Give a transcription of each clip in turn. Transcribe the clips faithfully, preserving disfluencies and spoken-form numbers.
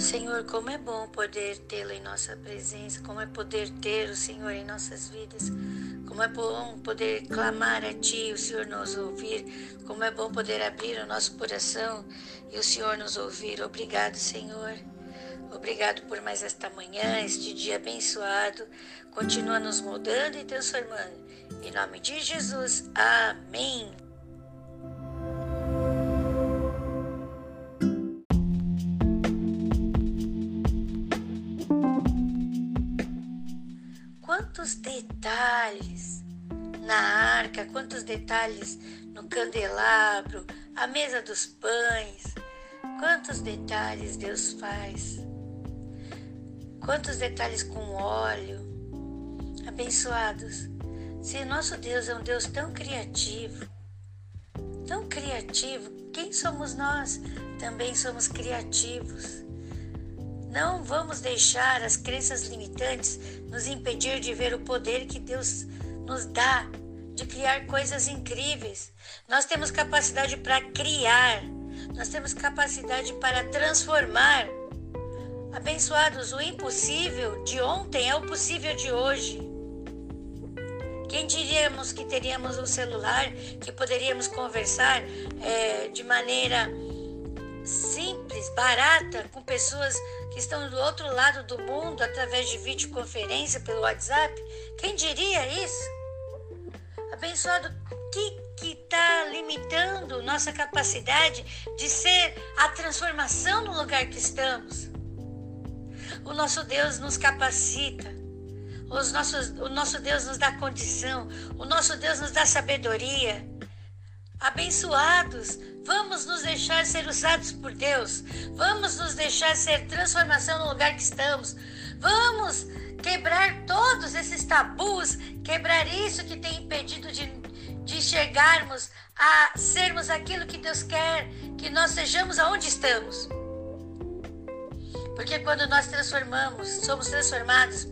Senhor, como é bom poder tê-lo em nossa presença, como é poder ter o Senhor em nossas vidas, como é bom poder clamar a Ti, o Senhor nos ouvir, como é bom poder abrir o nosso coração e o Senhor nos ouvir. Obrigado, Senhor. Obrigado por mais esta manhã, este dia abençoado. Continua nos moldando e transformando. Em nome de Jesus, amém. Quantos detalhes na arca, quantos detalhes no candelabro, a mesa dos pães, quantos detalhes Deus faz, quantos detalhes com óleo, abençoados. Se o nosso Deus é um Deus tão criativo, tão criativo, quem somos nós? Também somos criativos. Não vamos deixar as crenças limitantes nos impedir de ver o poder que Deus nos dá, de criar coisas incríveis. Nós temos capacidade para criar, nós temos capacidade para transformar. Abençoados, o impossível de ontem é o possível de hoje. Quem diríamos que teríamos um celular, que poderíamos conversar é, de maneira simples, barata, com pessoas que estão do outro lado do mundo através de videoconferência pelo WhatsApp? Quem diria isso? Abençoado, o que está limitando nossa capacidade de ser a transformação no lugar que estamos? O nosso Deus nos capacita, os nossos, o nosso Deus nos dá condição, o nosso Deus nos dá sabedoria. Abençoados, vamos nos deixar ser usados por Deus, vamos nos deixar ser transformação no lugar que estamos, vamos quebrar todos esses tabus, quebrar isso que tem impedido de, de chegarmos a sermos aquilo que Deus quer, que nós sejamos aonde estamos. Porque quando nós transformamos, somos transformados,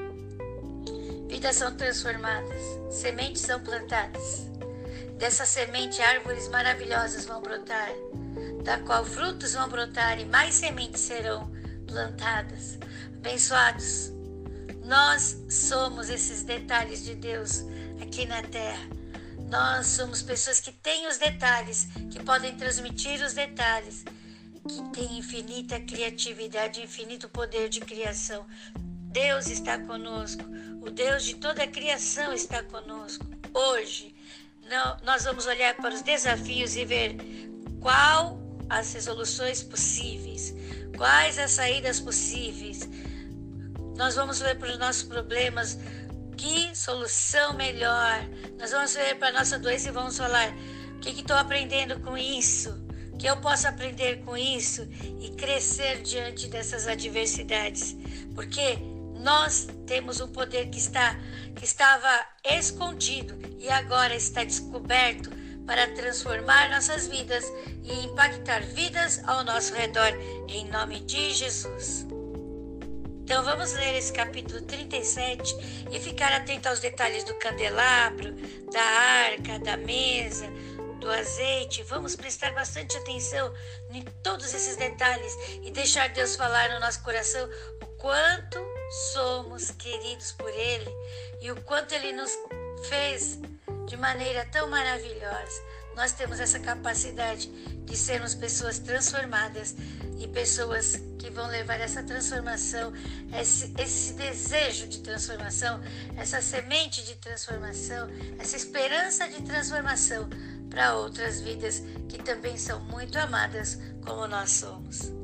vidas são transformadas, sementes são plantadas. Dessa semente, árvores maravilhosas vão brotar, da qual frutos vão brotar e mais sementes serão plantadas. Abençoados, nós somos esses detalhes de Deus aqui na terra. Nós somos pessoas que têm os detalhes, que podem transmitir os detalhes, que têm infinita criatividade, infinito poder de criação. Deus está conosco, o Deus de toda a criação está conosco. Hoje, Não, nós vamos olhar para os desafios e ver qual as resoluções possíveis, quais as saídas possíveis. Nós vamos ver para os nossos problemas que solução melhor. Nós vamos ver para a nossa doença e vamos falar: o que estou aprendendo com isso? O que eu posso aprender com isso? E crescer diante dessas adversidades. Porque nós temos um poder que, está, que estava escondido e agora está descoberto para transformar nossas vidas e impactar vidas ao nosso redor, em nome de Jesus. Então vamos ler esse capítulo trinta e sete e ficar atento aos detalhes do candelabro, da arca, da mesa, do azeite. Vamos prestar bastante atenção em todos esses detalhes e deixar Deus falar no nosso coração o quanto somos queridos por Ele e o quanto Ele nos fez de maneira tão maravilhosa. Nós temos essa capacidade de sermos pessoas transformadas e pessoas que vão levar essa transformação, esse, esse desejo de transformação, essa semente de transformação, essa esperança de transformação para outras vidas que também são muito amadas como nós somos.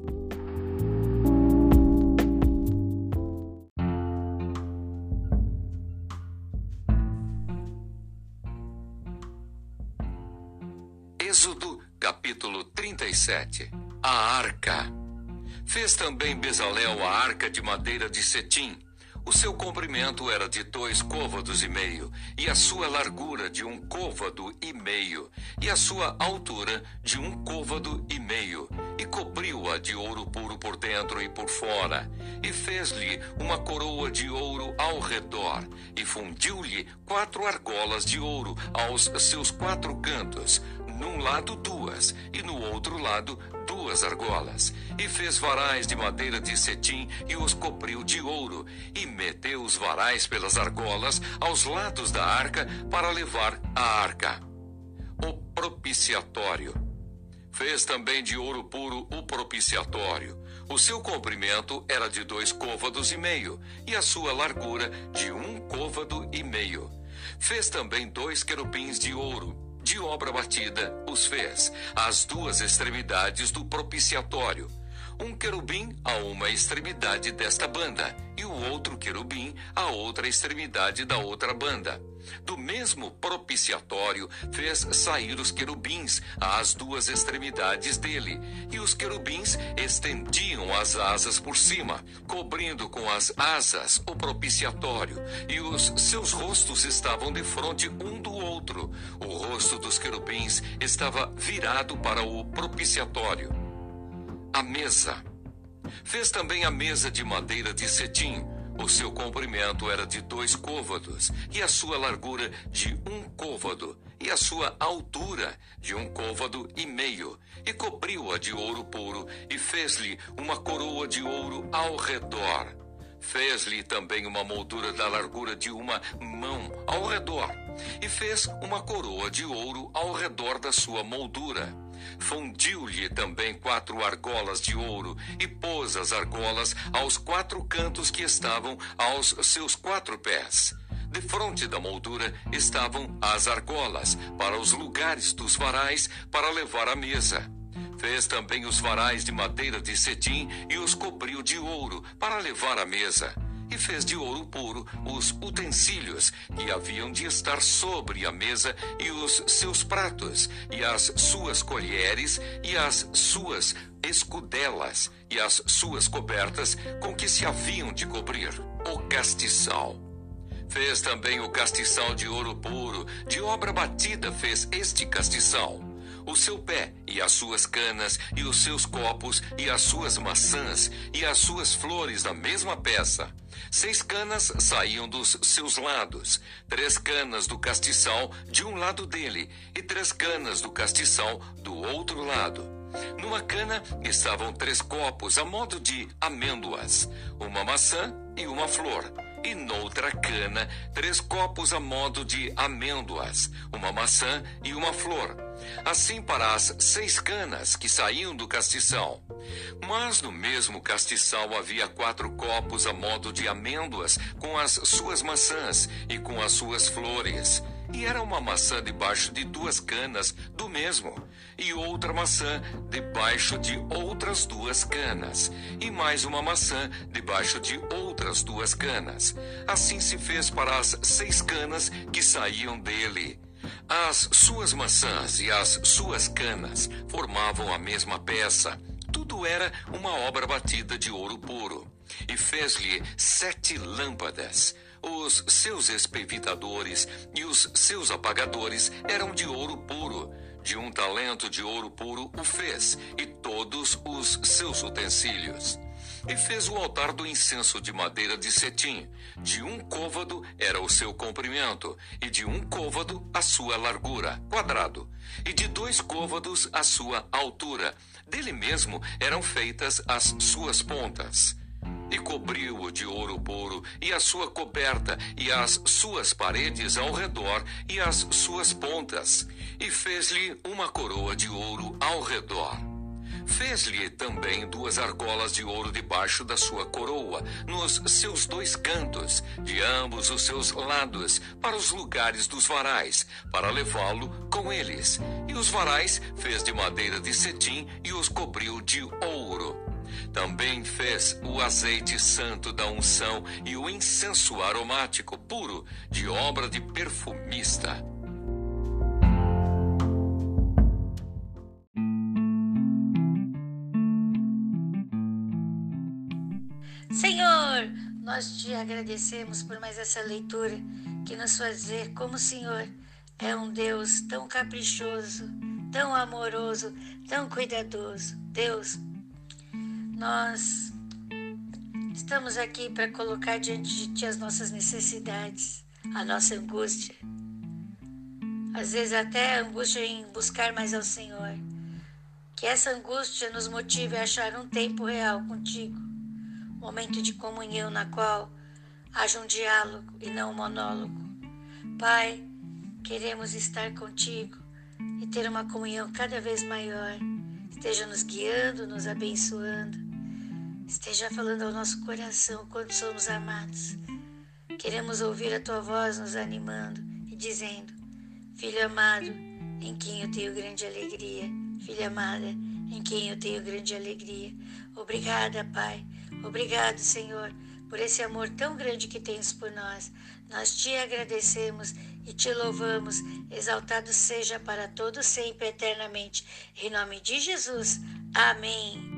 Êxodo, capítulo trinta e sete. A arca. Fez também Bezalel a arca de madeira de cetim. O seu comprimento era de dois côvados e meio, e a sua largura de um côvado e meio, e a sua altura de um côvado e meio, e cobriu-a de ouro puro por dentro e por fora, e fez-lhe uma coroa de ouro ao redor, e fundiu-lhe quatro argolas de ouro aos seus quatro cantos. num lado duas, e no outro lado duas argolas. E fez varais de madeira de cetim, e os cobriu de ouro, e meteu os varais pelas argolas aos lados da arca, para levar a arca. O propiciatório. Fez também de ouro puro o propiciatório. O seu comprimento era de dois côvados e meio, e a sua largura de um côvado e meio. Fez também dois querubins de ouro, de obra batida os fez, às duas extremidades do propiciatório. Um querubim a uma extremidade desta banda, e o outro querubim a outra extremidade da outra banda. Do mesmo propiciatório fez sair os querubins às duas extremidades dele, e os querubins estendiam as asas por cima, cobrindo com as asas o propiciatório, e os seus rostos estavam defronte um do outro. O rosto dos querubins estava virado para o propiciatório. A mesa. Fez também a mesa de madeira de cetim. O seu comprimento era de dois côvados, e a sua largura de um côvado, e a sua altura de um côvado e meio, e cobriu-a de ouro puro, e fez-lhe uma coroa de ouro ao redor. Fez-lhe também uma moldura da largura de uma mão ao redor, e fez uma coroa de ouro ao redor da sua moldura. Fundiu-lhe também quatro argolas de ouro, e pôs as argolas aos quatro cantos que estavam aos seus quatro pés. Defronte da moldura estavam as argolas, para os lugares dos varais, para levar a mesa. Fez também os varais de madeira de cetim, e os cobriu de ouro, para levar a mesa. E fez de ouro puro os utensílios que haviam de estar sobre a mesa, e os seus pratos, e as suas colheres, e as suas escudelas, e as suas cobertas com que se haviam de cobrir. O castiçal. Fez também o castiçal de ouro puro, de obra batida fez este castiçal. O seu pé, e as suas canas, e os seus copos, e as suas maçãs, e as suas flores na mesma peça. Seis canas saíam dos seus lados, três canas do castiçal de um lado dele, e três canas do castiçal do outro lado. Numa cana estavam três copos a modo de amêndoas, uma maçã e uma flor. E noutra cana, três copos a modo de amêndoas, uma maçã e uma flor. Assim para as seis canas que saíam do castiçal. Mas no mesmo castiçal havia quatro copos a modo de amêndoas, com as suas maçãs e com as suas flores. E era uma maçã debaixo de duas canas do mesmo, e outra maçã debaixo de outras duas canas, e mais uma maçã debaixo de outras duas canas. Assim se fez para as seis canas que saíam dele. As suas maçãs e as suas canas formavam a mesma peça. Tudo era uma obra batida de ouro puro. E fez-lhe sete lâmpadas. Os seus espevitadores e os seus apagadores eram de ouro puro. De um talento de ouro puro o fez, e todos os seus utensílios. E fez o altar do incenso de madeira de cetim. De um côvado era o seu comprimento, e de um côvado a sua largura, quadrado, e de dois côvados a sua altura. Dele mesmo eram feitas as suas pontas. E cobriu-o de ouro puro, e a sua coberta, e as suas paredes ao redor, e as suas pontas. E fez-lhe uma coroa de ouro ao redor. Fez-lhe também duas argolas de ouro debaixo da sua coroa, nos seus dois cantos, de ambos os seus lados, para os lugares dos varais, para levá-lo com eles. E os varais fez de madeira de cetim, e os cobriu de ouro. Também fez o azeite santo da unção e o incenso aromático puro, de obra de perfumista. Senhor, nós te agradecemos por mais essa leitura que nos faz ver como o Senhor é um Deus tão caprichoso, tão amoroso, tão cuidadoso. Deus, nós estamos aqui para colocar diante de Ti as nossas necessidades, a nossa angústia. às vezes até angústia em buscar mais ao Senhor. Que essa angústia nos motive a achar um tempo real contigo, um momento de comunhão na qual haja um diálogo e não um monólogo. Pai, queremos estar contigo e ter uma comunhão cada vez maior. Esteja nos guiando, nos abençoando. Esteja falando ao nosso coração quanto somos amados. Queremos ouvir a tua voz nos animando e dizendo: Filho amado, em quem eu tenho grande alegria. Filha amada, em quem eu tenho grande alegria. Obrigada, Pai. Obrigado, Senhor, por esse amor tão grande que tens por nós. Nós te agradecemos e te louvamos. Exaltado seja para todo sempre, eternamente. Em nome de Jesus. Amém.